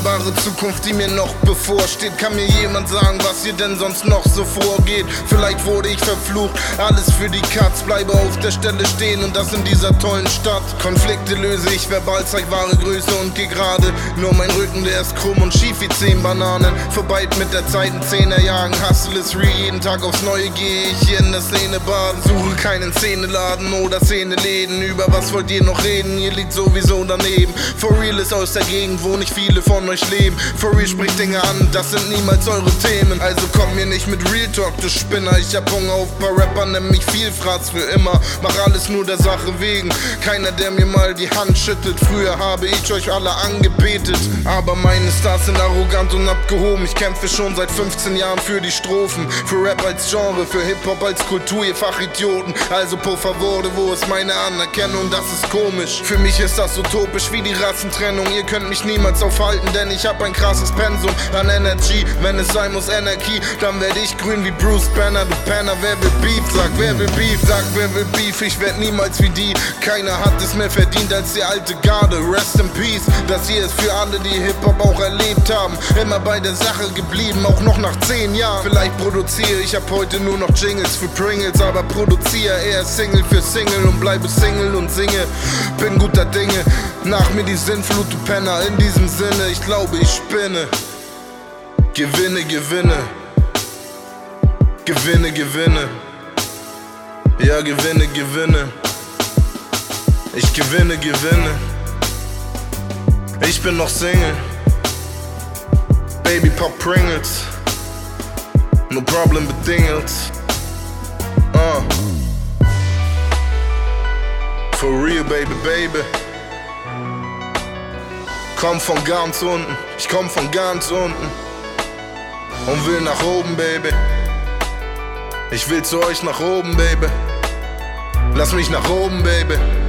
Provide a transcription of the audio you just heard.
wunderbare Zukunft, die mir noch bevorsteht. Kann mir jemand sagen, was hier denn sonst noch so vorgeht? Vielleicht wurde ich verflucht, alles für die Katz. Bleibe auf der Stelle stehen und das in dieser tollen Stadt. Konflikte löse ich verbal, zeig wahre Größe und geh gerade. Nur mein Rücken, der ist krumm und schief wie 10 Bananen. Vorbei mit der Zeit, ein Zehner jagen. Hustle ist real, jeden Tag aufs Neue gehe ich hier in der Szene baden. Suche keinen Szeneladen oder Szeneläden. Über was wollt ihr noch reden? Ihr liegt sowieso daneben. For real ist aus der Gegend, wo nicht viele von euch leben. For real spricht Dinge an, das sind niemals eure Themen. Also komm mir nicht mit Real Talk, du Spinner. Ich hab Hunger auf paar Rapper, nenn mich Vielfraß für immer. Mach alles nur der Sache wegen. Keiner, der mir mal die Hand schüttelt. Früher habe ich euch alle angebetet, aber meine Stars sind arrogant und abgehoben. Ich kämpfe schon seit 15 Jahren für die Strophen. Für Rap als Genre, für Hip-Hop als Kultur, ihr Fachidioten. Also por favor, wo ist meine Anerkennung? Das ist komisch. Für mich ist das utopisch wie die Rassentrennung. Ihr könnt mich niemals aufhalten, denn ich hab ein krasses Pensum an Energy. Wenn es sein muss, Energie, dann werde ich grün wie Bruce Banner. Du Penner, wer will Beef? Sag, wer will Beef? Sag, wer will Beef? Ich werd niemals wie die. Keiner hat es mehr verdient als die alte Garde. Rest in Peace. Das hier ist für alle, die Hip-Hop auch erlebt haben. Immer bei der Sache geblieben, auch noch nach 10 Jahren. Vielleicht produziere ich ab heute nur noch Jingles für Pringles, aber produziere eher Single für Single und bleibe Single und singe. Bin guter Dinge, nach mir die Sinnflut, du Penner. In diesem Sinne, ich glaube, ich spinne. Gewinne, gewinne. Gewinne, gewinne. Ja, gewinne, gewinne. Ich gewinne, gewinne. Ich bin noch Single. Baby Pop Pringles. No problem bedingelt. For real, baby, baby. Komm von ganz unten. Ich komm von ganz unten. Und will nach oben, baby. Ich will zu euch nach oben, baby. Lass mich nach oben, baby.